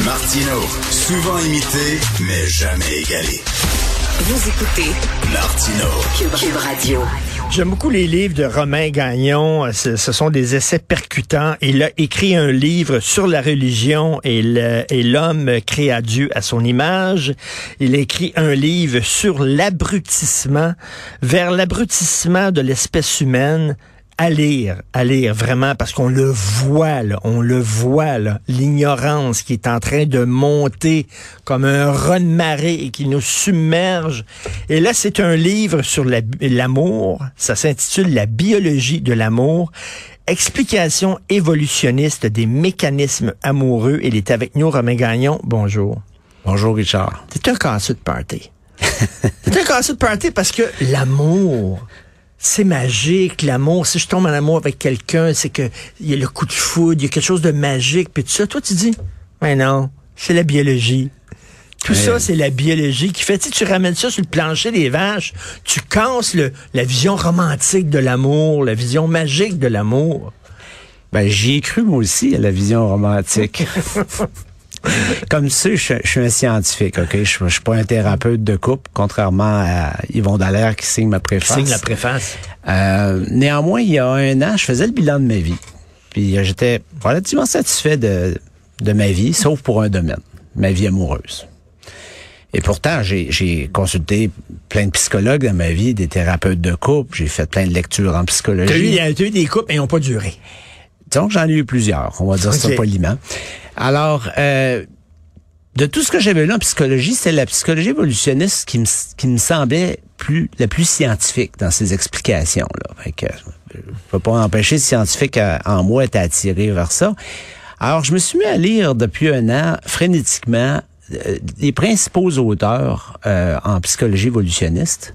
Martino, souvent imité, mais jamais égalé. Vous écoutez Martino, Cube Radio. J'aime beaucoup les livres de Romain Gagnon. Ce sont des essais percutants. Il a écrit un livre sur la religion et l'homme créé à Dieu à son image. Il a écrit un livre sur l'abrutissement, vers l'abrutissement de l'espèce humaine. À lire vraiment, parce qu'on le voit, là, l'ignorance qui est en train de monter comme un raz de marée et qui nous submerge. Et là, c'est un livre sur l'amour. Ça s'intitule La biologie de l'amour. Explication évolutionniste des mécanismes amoureux. Il est avec nous, Romain Gagnon. Bonjour. Bonjour, Richard. C'est un casseux de party. C'est un casseux de party parce que l'amour... C'est magique, l'amour. Si je tombe en amour avec quelqu'un, c'est que il y a le coup de foudre, il y a quelque chose de magique. Puis tout ça, toi, tu dis, mais non, c'est la biologie. Tout ça, c'est la biologie qui fait. Tu ramènes ça sur le plancher des vaches, tu casses la vision romantique de l'amour, la vision magique de l'amour. Ben, j'y ai cru, moi aussi, à la vision romantique. Comme ça, je suis un scientifique, OK? Je suis pas un thérapeute de couple, contrairement à Yvon Dallaire qui signe ma préface. Signe la préface. Néanmoins, il y a un an, je faisais le bilan de ma vie. Puis j'étais relativement satisfait de ma vie, sauf pour un domaine, ma vie amoureuse. Et pourtant, j'ai consulté plein de psychologues dans ma vie, des thérapeutes de couple, j'ai fait plein de lectures en psychologie. T'as eu des couples et ils n'ont pas duré. Donc, j'en ai eu plusieurs, on va dire ça poliment. Alors, de tout ce que j'avais lu en psychologie, c'est la psychologie évolutionniste qui me semblait la plus scientifique dans ses explications-là. Fait que, je peux pas empêcher le scientifique en moi d'être attiré vers ça. Alors, je me suis mis à lire depuis un an, frénétiquement, les principaux auteurs en psychologie évolutionniste.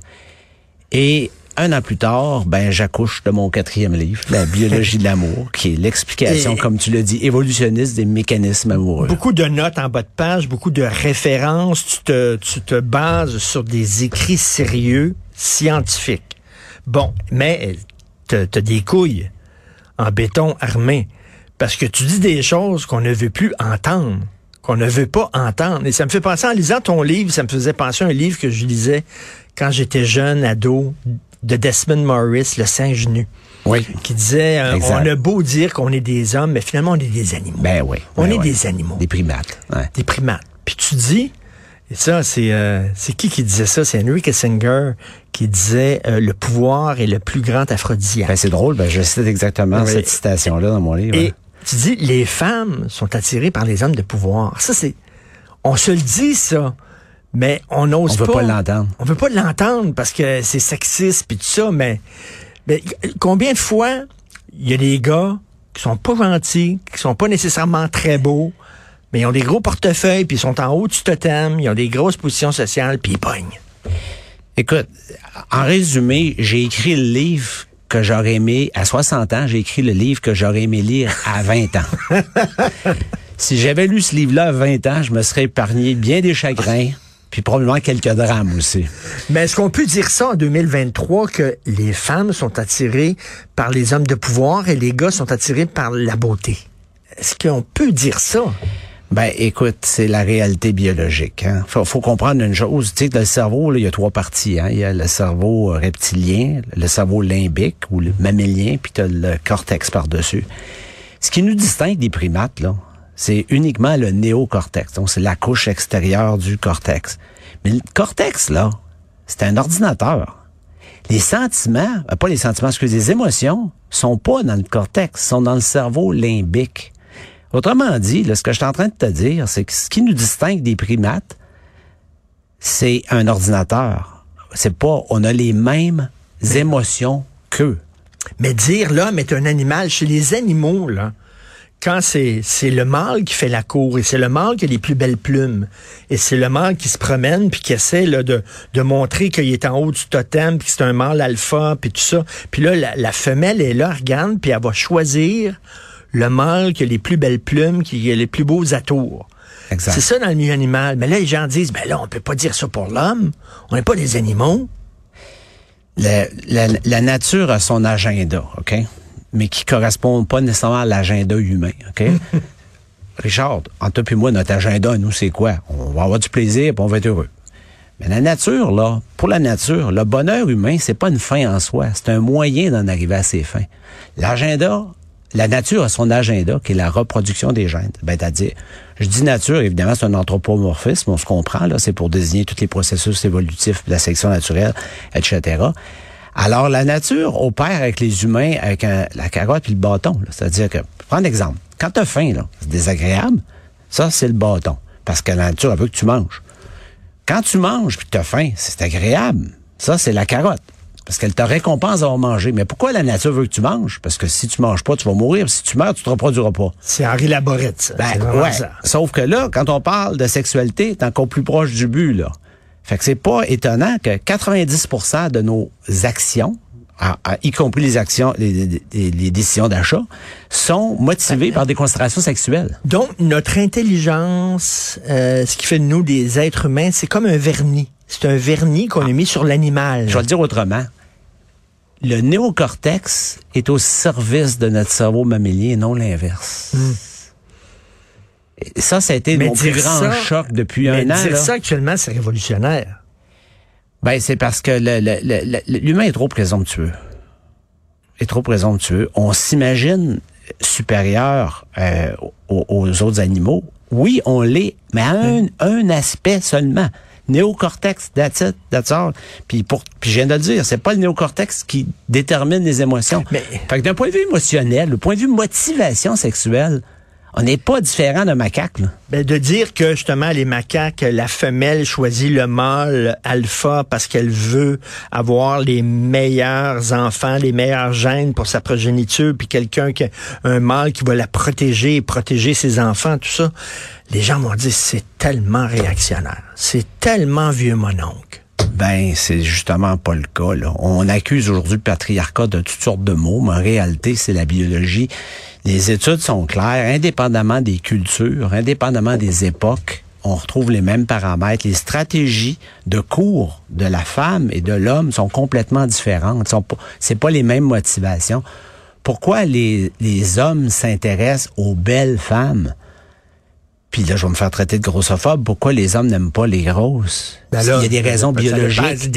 Et un an plus tard, j'accouche de mon 4e livre, La biologie de l'amour, qui est l'explication, comme tu l'as dit, évolutionniste des mécanismes amoureux. Beaucoup de notes en bas de page, beaucoup de références. Tu te bases sur des écrits sérieux, scientifiques. Bon, mais t'as des couilles en béton armé, parce que tu dis des choses qu'on ne veut plus entendre, qu'on ne veut pas entendre. Et ça me fait penser, en lisant ton livre, ça me faisait penser à un livre que je lisais quand j'étais jeune, ado, de Desmond Morris, Le singe nu. Oui. Qui disait, on a beau dire qu'on est des hommes, mais finalement, on est des animaux. Ben oui. On est des animaux. Des primates. Ouais. Des primates. Puis tu dis, et ça, c'est qui disait ça? C'est Henry Kissinger qui disait, le pouvoir est le plus grand aphrodisiaque. Ben, c'est drôle, je cite exactement cette citation-là dans mon livre. Et tu dis, les femmes sont attirées par les hommes de pouvoir. Ça, on se le dit, ça. Mais on n'ose pas. On veut pas l'entendre. On veut pas l'entendre parce que c'est sexiste puis tout ça, mais combien de fois il y a des gars qui sont pas gentils, qui sont pas nécessairement très beaux, mais ils ont des gros portefeuilles puis ils sont en haut du totem, ils ont des grosses positions sociales puis ils pognent. Écoute, en résumé, j'ai écrit le livre que j'aurais aimé à 60 ans, j'ai écrit le livre que j'aurais aimé lire à 20 ans. Si j'avais lu ce livre-là à 20 ans, je me serais épargné bien des chagrins. Puis probablement quelques drames aussi. Mais est-ce qu'on peut dire ça en 2023, que les femmes sont attirées par les hommes de pouvoir et les gars sont attirés par la beauté? Est-ce qu'on peut dire ça? Écoute, c'est la réalité biologique. Hein. Faut comprendre une chose. Tu sais, dans le cerveau, là, il y a 3 parties. Hein. Il y a le cerveau reptilien, le cerveau limbique ou le mammilien, puis tu as le cortex par-dessus. Ce qui nous distingue des primates, là, c'est uniquement le néocortex. Donc, c'est la couche extérieure du cortex. Mais le cortex, là, c'est un ordinateur. Les sentiments, les émotions sont pas dans le cortex, sont dans le cerveau limbique. Autrement dit, là, ce que je suis en train de te dire, c'est que ce qui nous distingue des primates, c'est un ordinateur. C'est pas, on a les mêmes émotions qu'eux. Mais dire l'homme est un animal, chez les animaux, là, quand c'est le mâle qui fait la cour, et c'est le mâle qui a les plus belles plumes, et c'est le mâle qui se promène, puis qui essaie là, de montrer qu'il est en haut du totem, puis que c'est un mâle alpha, puis tout ça. Puis là, la femelle est là, regarde, puis elle va choisir le mâle qui a les plus belles plumes, qui a les plus beaux atours. Exact. C'est ça dans le milieu animal. Mais là, les gens disent, là, on peut pas dire ça pour l'homme. On n'est pas des animaux. La nature a son agenda, OK? Mais qui correspond pas nécessairement à l'agenda humain, OK? Richard, entre toi et moi, notre agenda, nous, c'est quoi? On va avoir du plaisir, puis on va être heureux. Mais la nature, là, pour la nature, le bonheur humain, c'est pas une fin en soi. C'est un moyen d'en arriver à ses fins. L'agenda, la nature a son agenda, qui est la reproduction des gènes. Ben, c'est-à-dire, je dis nature, évidemment, c'est un anthropomorphisme, on se comprend, là, c'est pour désigner tous les processus évolutifs de la sélection naturelle, etc. Alors, la nature opère avec les humains avec la carotte puis le bâton. Là. C'est-à-dire que, prends l'exemple, quand t'as faim, là, c'est désagréable, ça, c'est le bâton. Parce que la nature, elle veut que tu manges. Quand tu manges puis que t'as faim, c'est agréable. Ça, c'est la carotte. Parce qu'elle te récompense d'avoir mangé. Mais pourquoi la nature veut que tu manges? Parce que si tu manges pas, tu vas mourir. Si tu meurs, tu te reproduiras pas. C'est Henri Laborette, ça. Ben, ouais. Ça. Sauf que là, quand on parle de sexualité, t'es encore plus proche du but, là. Fait que c'est pas étonnant que 90% de nos actions, y compris les actions, les décisions d'achat, sont motivées par des considérations sexuelles. Donc, notre intelligence, ce qui fait de nous des êtres humains, c'est comme un vernis. C'est un vernis qu'on a mis sur l'animal. Je vais le dire autrement. Le néocortex est au service de notre cerveau mammilien et non l'inverse. Ça a été mon plus grand choc depuis un an. Dire ça actuellement, c'est révolutionnaire. Ben, c'est parce que l'humain est trop présomptueux. On s'imagine supérieur aux autres animaux. Oui, on l'est, mais à un aspect seulement. Néocortex, that's all. Puis je viens de le dire, c'est pas le néocortex qui détermine les émotions. Fait que d'un point de vue émotionnel, le point de vue motivation sexuelle, on n'est pas différent d'un macaque, là. Ben, de dire que, justement, les macaques, la femelle choisit le mâle alpha parce qu'elle veut avoir les meilleurs enfants, les meilleurs gènes pour sa progéniture, puis un mâle qui va la protéger et protéger ses enfants, tout ça. Les gens m'ont dit, c'est tellement réactionnaire. C'est tellement vieux mononcle. Ben, c'est justement pas le cas, là. On accuse aujourd'hui le patriarcat de toutes sortes de mots, mais en réalité, c'est la biologie. Les études sont claires, indépendamment des cultures, indépendamment des époques, on retrouve les mêmes paramètres. Les stratégies de cours de la femme et de l'homme sont complètement différentes. C'est pas les mêmes motivations. Pourquoi les hommes s'intéressent aux belles femmes? Puis là, je vais me faire traiter de grossophobe. Pourquoi les hommes n'aiment pas les grosses? Ben là, il y a des raisons biologiques.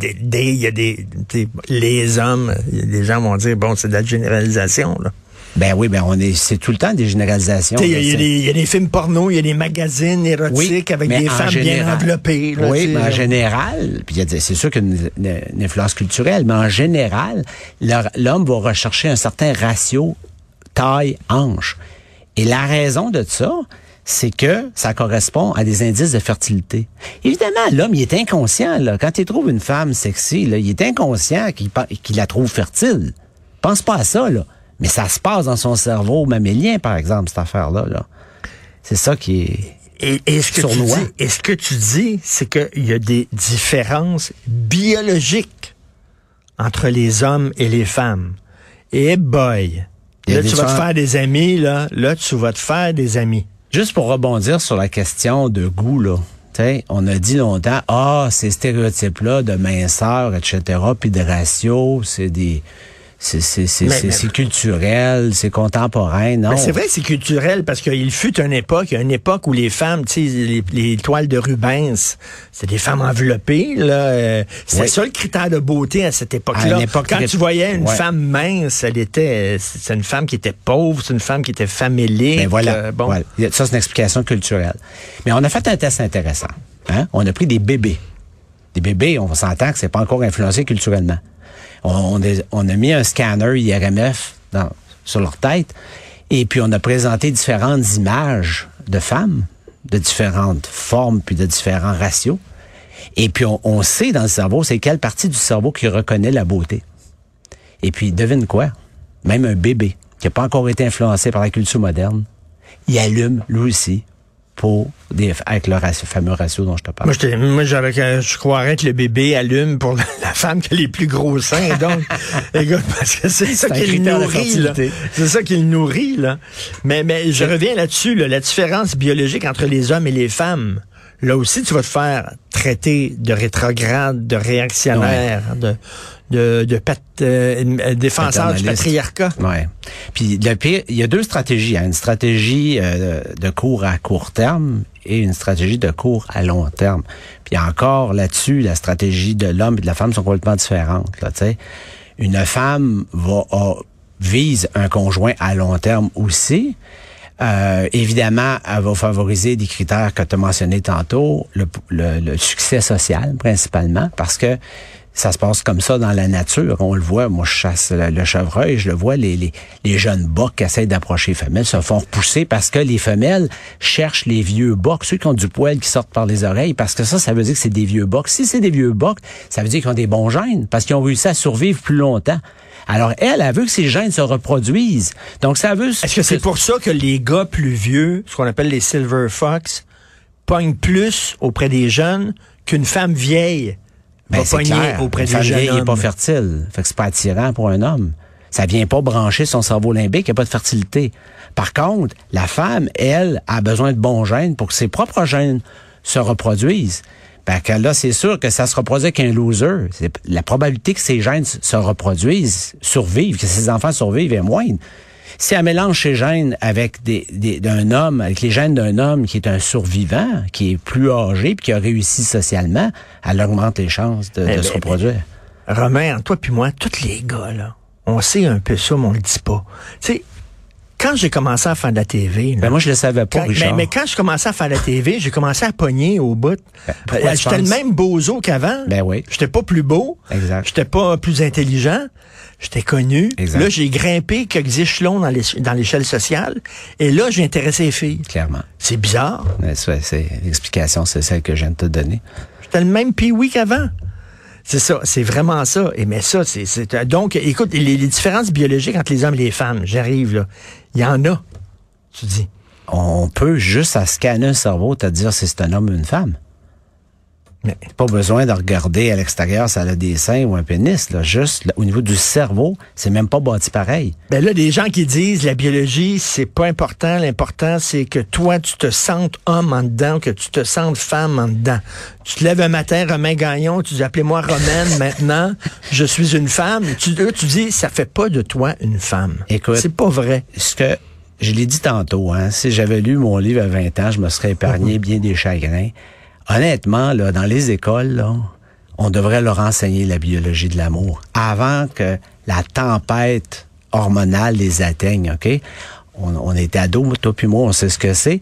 Les hommes, les gens vont dire, bon, c'est de la généralisation, là. Ben oui, c'est tout le temps des généralisations. Il y a des films porno, il y a des magazines érotiques avec des femmes bien enveloppées. Là, oui, mais en général, puis c'est sûr qu'il y a une influence culturelle, mais en général, l'homme va rechercher un certain ratio taille-hanche. Et la raison de ça, c'est que ça correspond à des indices de fertilité. Évidemment, l'homme, il est inconscient, là. Quand il trouve une femme sexy, là, il est inconscient qu'il la trouve fertile. Pense pas à ça, là. Mais ça se passe dans son cerveau mammilien, par exemple, cette affaire-là, là. C'est ça qui est sournois. Et ce que tu dis, c'est qu'il y a des différences biologiques entre les hommes et les femmes. Et boy, là, tu vas te faire des amis, là, tu vas te faire des amis. Juste pour rebondir sur la question de goût, là. T'sais, on a dit longtemps, ces stéréotypes-là de minceur, etc., puis de ratio, c'est culturel, c'est contemporain, non? Mais c'est vrai, c'est culturel parce qu'il fut une époque où les femmes, tu sais, les toiles de Rubens, c'est des femmes enveloppées, là. C'est ça le critère de beauté à cette époque-là. Quand tu voyais une femme mince, c'est une femme qui était pauvre, c'est une femme qui était famélique. Ben voilà. Ça, c'est une explication culturelle. Mais on a fait un test intéressant. Hein? On a pris des bébés. Des bébés, on s'entend que c'est pas encore influencé culturellement. On a mis un scanner IRMF sur leur tête et puis on a présenté différentes images de femmes de différentes formes puis de différents ratios. Et puis on sait dans le cerveau, c'est quelle partie du cerveau qui reconnaît la beauté. Et puis devine quoi? Même un bébé qui n'a pas encore été influencé par la culture moderne, il allume lui aussi avec le fameux ratio dont je te parle. Moi, je croirais que le bébé allume pour la femme qui a les plus gros seins. Donc, écoute, parce que c'est ça qui le nourrit, là. C'est ça qui le nourrit, là. Mais je reviens là-dessus, là, la différence biologique entre les hommes et les femmes. Là aussi, tu vas te faire traiter de rétrograde, de réactionnaire, défenseur du patriarcat. Ouais. Puis le pire, il y a deux stratégies. Une stratégie de court à court terme et une stratégie de court à long terme. Puis encore là-dessus, la stratégie de l'homme et de la femme sont complètement différentes. Là, t'sais. Une femme vise un conjoint à long terme aussi. Évidemment, elle va favoriser des critères que tu as mentionnés tantôt, le succès social principalement, parce que ça se passe comme ça dans la nature. On le voit, moi je chasse le chevreuil, je le vois, les jeunes bocs qui essaient d'approcher les femelles se font repousser parce que les femelles cherchent les vieux bocs, ceux qui ont du poil qui sortent par les oreilles, parce que ça veut dire que c'est des vieux bocs. Si c'est des vieux bocs, ça veut dire qu'ils ont des bons gènes, parce qu'ils ont réussi à survivre plus longtemps. Alors, elle veut que ces gènes se reproduisent. Donc, ça veut... Est-ce que c'est pour ça que les gars plus vieux, ce qu'on appelle les silver fox, pognent plus auprès des jeunes qu'une femme vieille va pogner auprès des jeunes hommes? Une femme vieille n'est pas fertile. Fait que c'est pas attirant pour un homme. Ça vient pas brancher son cerveau limbique, il n'y a pas de fertilité. Par contre, la femme, elle, a besoin de bons gènes pour que ses propres gènes se reproduisent. Ben, que là, c'est sûr que ça se reproduit qu'un loser. La probabilité que ces gènes se reproduisent, survivent, que ces enfants survivent est moindre. Si elle mélange ses gènes avec d'un homme, avec les gènes d'un homme qui est un survivant, qui est plus âgé puis qui a réussi socialement, elle augmente les chances de se reproduire. Romain, toi puis moi, tous les gars, là, on sait un peu ça, mais on le dit pas. Tu sais, quand j'ai commencé à faire de la TV... Là, moi, je le savais pas, Richard. Mais quand je commençais à faire de la TV, j'ai commencé à pogner au bout. J'étais le même bozo qu'avant. Ben oui. J'étais pas plus beau. Exact. J'étais pas plus intelligent. J'étais connu. Exact. Là, j'ai grimpé quelques échelons dans l'échelle sociale. Et là, j'ai intéressé les filles. Clairement. C'est bizarre. C'est l'explication, c'est celle que je viens de te donner. J'étais le même pee-wee qu'avant. C'est ça, c'est vraiment ça. Et mais ça, donc, écoute, les différences biologiques entre les hommes et les femmes, j'arrive là, il y en a, tu dis. On peut juste à scanner un cerveau te dire si c'est un homme ou une femme. Mais pas besoin de regarder à l'extérieur si elle a des seins ou un pénis. Là. Juste là, au niveau du cerveau, c'est même pas bâti pareil. Ben là, des gens qui disent la biologie, c'est pas important. L'important, c'est que toi, tu te sentes homme en dedans, que tu te sentes femme en dedans. Tu te lèves un matin, Romain Gagnon, tu dis appelez-moi Romaine maintenant, je suis une femme. Tu dis, ça fait pas de toi une femme. Écoute, c'est pas vrai. Ce que je l'ai dit tantôt, hein, si j'avais lu mon livre à 20 ans, je me serais épargné bien des chagrins. Honnêtement, là, dans les écoles, là, on devrait leur enseigner la biologie de l'amour avant que la tempête hormonale les atteigne, OK? On est ados, toi puis moi, on sait ce que c'est.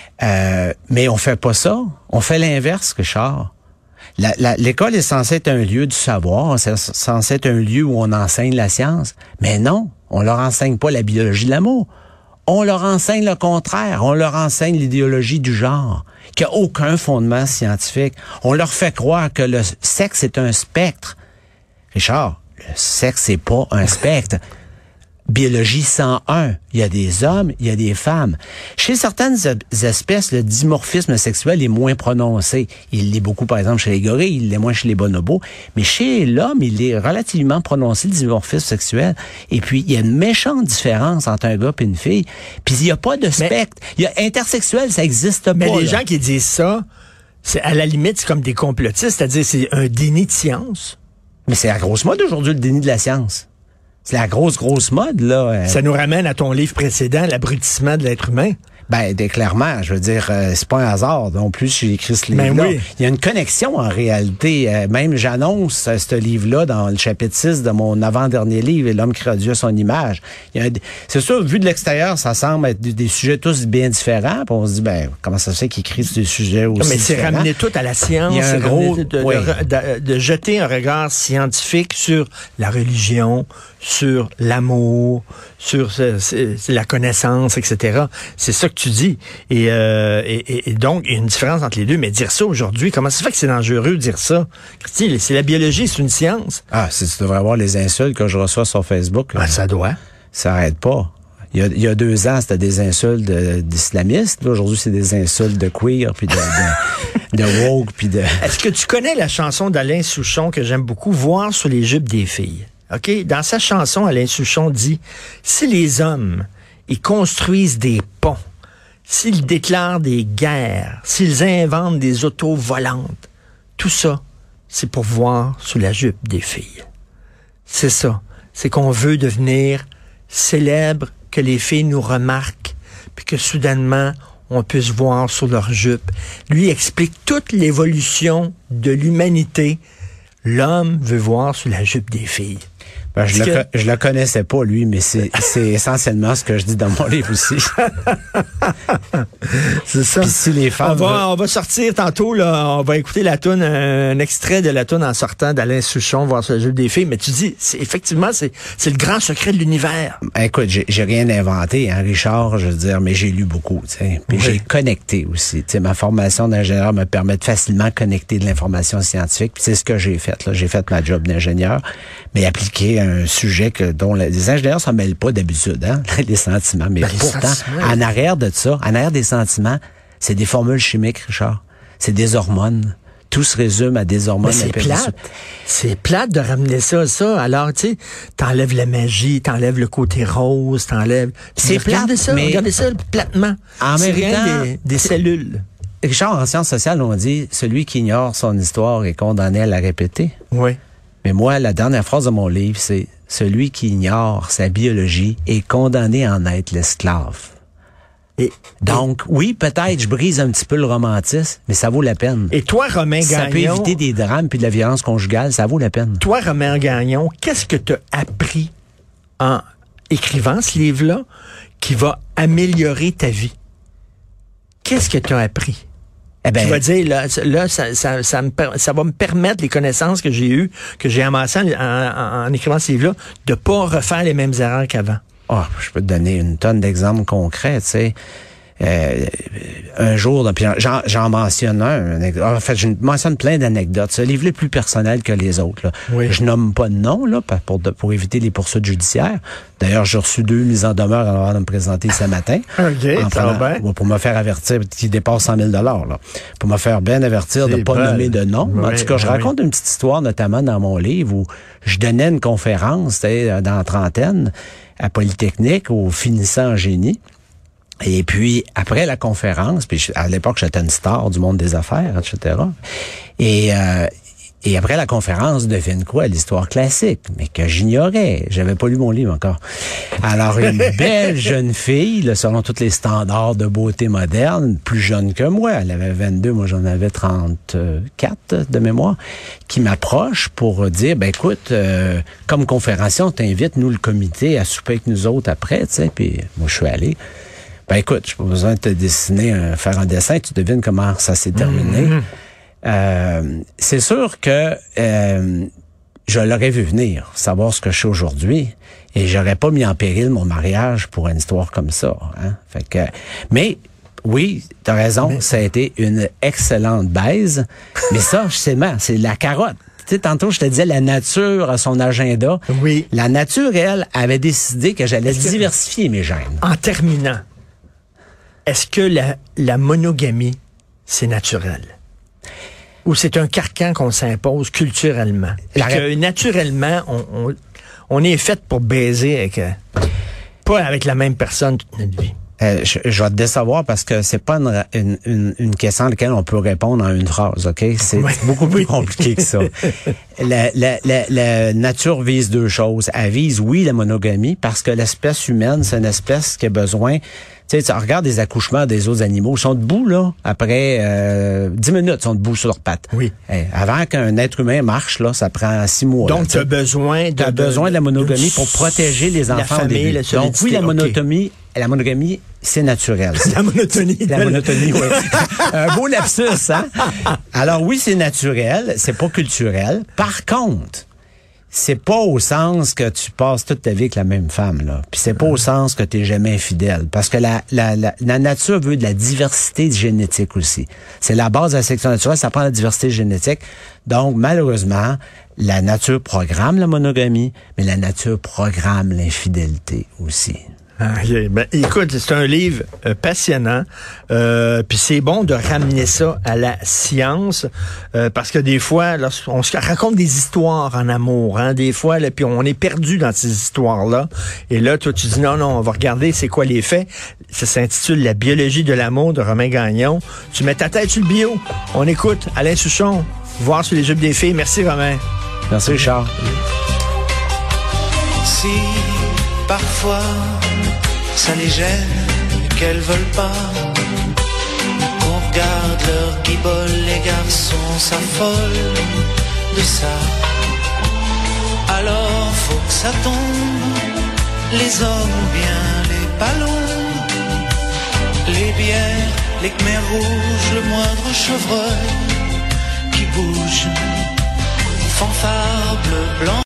Mais on fait pas ça. On fait l'inverse, Richard. L'école est censée être un lieu du savoir, c'est censé être un lieu où on enseigne la science. Mais non, on leur enseigne pas la biologie de l'amour. On leur enseigne le contraire. On leur enseigne l'idéologie du genre, qui n'a aucun fondement scientifique. On leur fait croire que le sexe est un spectre. Richard, le sexe, c'est pas un spectre. Biologie 101. Il y a des hommes, il y a des femmes. Chez certaines espèces, le dimorphisme sexuel est moins prononcé. Il l'est beaucoup, par exemple, chez les gorilles, il l'est moins chez les bonobos. Mais chez l'homme, il est relativement prononcé, le dimorphisme sexuel. Et puis, il y a une méchante différence entre un gars et une fille. Puis, il n'y a pas de spectre. Il y a intersexuel, ça existe pas. Mais les gens qui disent ça, c'est à la limite, c'est comme des complotistes, c'est-à-dire c'est un déni de science. Mais c'est la grosse mode aujourd'hui, le déni de la science. C'est la grosse mode, là. Ça nous ramène à ton livre précédent, L'abrutissement de l'être humain. Ben, clairement, je veux dire, c'est pas un hasard non plus j'ai écrit ce livre-là. Oui. Il y a une connexion en réalité. Même j'annonce ce livre-là dans le chapitre 6 de mon avant-dernier livre, L'homme créa Dieu à son image. C'est sûr, vu de l'extérieur, ça semble être des sujets tous bien différents. Puis on se dit, ben, comment ça se fait qu'il écrit ces sujets aussi mais c'est différents? ramener tout à la science. Il y a un gros... de jeter un regard scientifique sur la religion, sur l'amour, sur la connaissance, etc. C'est ça que tu dis. Et donc, il y a une différence entre les deux. Mais dire ça aujourd'hui, comment ça se fait que c'est dangereux de dire ça? Christy, c'est la biologie, c'est une science. Ah, tu devrais voir les insultes que je reçois sur Facebook. Ah, ça doit. Ça arrête pas. Il y a 2 ans, c'était des insultes d'islamistes. Aujourd'hui, c'est des insultes de queer, puis de woke, puis de... Est-ce que tu connais la chanson d'Alain Souchon que j'aime beaucoup, Voir sur les jupes des filles? OK? Dans sa chanson, Alain Souchon dit, si les hommes, ils construisent des ponts, s'ils déclarent des guerres, s'ils inventent des autos volantes, tout ça, c'est pour voir sous la jupe des filles. C'est ça. C'est qu'on veut devenir célèbre, que les filles nous remarquent, puis que soudainement, on puisse voir sur leur jupe. Lui explique toute l'évolution de l'humanité. L'homme veut voir sur la jupe des filles. Ben, je le connaissais pas, lui, mais c'est essentiellement ce que je dis dans mon livre aussi. C'est ça. Puis si les femmes... On va sortir tantôt, là, on va écouter la toune, un extrait de la toune en sortant d'Alain Souchon, voir sur le jeu des filles. Mais tu dis, effectivement, c'est le grand secret de l'univers. Écoute, j'ai rien inventé, hein, Richard, je veux dire, mais j'ai lu beaucoup, tu sais. Puis j'ai connecté aussi. Tu sais, ma formation d'ingénieur me permet de facilement connecter de l'information scientifique. Puis c'est ce que j'ai fait, là. J'ai fait ma job d'ingénieur, mais appliqué un sujet dont les ingénieurs s'en mêlent pas d'habitude, hein, les sentiments. Mais pourtant, en arrière de ça, en arrière des sentiments, c'est des formules chimiques, Richard. C'est des hormones. Tout se résume à des hormones. Mais c'est plate. C'est plate de ramener ça. Alors, tu sais, t'enlèves la magie, t'enlèves le côté rose, t'enlèves... C'est plate, regardez ça platement. En même temps, des cellules. Richard, en sciences sociales, on dit, celui qui ignore son histoire est condamné à la répéter. Oui. Mais moi, la dernière phrase de mon livre, c'est « Celui qui ignore sa biologie est condamné à en être l'esclave ». Donc, oui, peut-être, je brise un petit peu le romantisme, mais ça vaut la peine. Et toi, Romain Gagnon... Ça peut éviter des drames puis de la violence conjugale, ça vaut la peine. Toi, Romain Gagnon, qu'est-ce que tu as appris en écrivant ce livre-là qui va améliorer ta vie? Qu'est-ce que tu as appris? Eh ben, tu vas dire, là ça va me permettre, les connaissances que j'ai eues, que j'ai amassées en écrivant ce livre-là, de pas refaire les mêmes erreurs qu'avant. Oh, je peux te donner une tonne d'exemples concrets, tu sais. Un jour, puis j'en mentionne en fait, je mentionne plein d'anecdotes. Ce livre est plus personnel que les autres, là. Oui. Je nomme pas de nom, là, pour éviter les poursuites judiciaires. D'ailleurs, j'ai reçu 2 mises en demeure avant de me présenter ce matin. OK, ça va bien. Pour me faire avertir, qui dépasse 100 000 $, là. Pour me faire bien avertir de ne pas nommer de nom. Oui, en tout cas, je raconte une petite histoire, notamment dans mon livre, où je donnais une conférence, dans la trentaine, à Polytechnique, au finissant en génie. Et puis, après la conférence, puis à l'époque, j'étais une star du monde des affaires, etc. Et après la conférence, devine quoi? L'histoire classique, mais que j'ignorais. J'avais pas lu mon livre encore. Alors, une belle jeune fille, là, selon tous les standards de beauté moderne, plus jeune que moi, elle avait 22, moi j'en avais 34 de mémoire, qui m'approche pour dire, ben écoute, comme conférencier, on t'invite, nous, le comité, à souper avec nous autres après, tu sais, puis moi je suis allé. Ben écoute, j'ai pas besoin de te dessiner, faire un dessin, tu devines comment ça s'est terminé. C'est sûr que je l'aurais vu venir, savoir ce que je suis aujourd'hui, et j'aurais pas mis en péril mon mariage pour une histoire comme ça. Hein? Fait que, mais oui, t'as raison, ça a été une excellente baise, mais ça, justement, c'est la carotte. Tu sais, tantôt, je te disais, la nature a son agenda. Oui. La nature, elle, avait décidé que j'allais diversifier mes gènes. En terminant, est-ce que la monogamie, c'est naturel? Ou c'est un carcan qu'on s'impose culturellement? Que naturellement, on est fait pour baiser avec, pas avec la même personne toute notre vie. Je vais te décevoir parce que c'est pas une question à laquelle on peut répondre en une phrase, OK? C'est beaucoup plus compliqué que ça. La nature vise 2 choses. Elle vise, oui, la monogamie, parce que l'espèce humaine, c'est une espèce qui a besoin... Tu sais, regarde les accouchements des autres animaux. Ils sont debout, là, après 10 minutes, ils sont debout sur leurs pattes. Oui. Avant qu'un être humain marche, là, ça prend 6 mois. Donc, tu as besoin de la monogamie pour protéger les enfants famille, au début. Donc, oui, la monogamie, c'est naturel. La monotonie. La monotonie, oui. Un beau lapsus, hein? Alors, oui, c'est naturel, c'est pas culturel. Par contre, c'est pas au sens que tu passes toute ta vie avec la même femme, là. Puis c'est pas au sens que t'es jamais infidèle. Parce que la nature veut de la diversité génétique aussi. C'est la base de la sélection naturelle, ça prend la diversité génétique. Donc, malheureusement, la nature programme la monogamie, mais la nature programme l'infidélité aussi. Okay. Ben, écoute, c'est un livre passionnant, puis c'est bon de ramener ça à la science, parce que des fois, on se raconte des histoires en amour, hein, des fois, là, puis on est perdu dans ces histoires-là, et là, toi, tu dis non, on va regarder c'est quoi les faits. Ça s'intitule La biologie de l'amour de Romain Gagnon. Tu mets ta tête sur le bio. On écoute Alain Souchon, voir sur les jupes des filles. Merci, Romain. Merci, Richard. si parfois ça les gêne qu'elles veulent pas qu'on regarde leur guibole, les garçons s'affolent de ça. Alors faut que ça tombe, les hommes ou bien les ballons, les bières, les khmers rouges, le moindre chevreuil qui bouge, fanfare bleu blanc.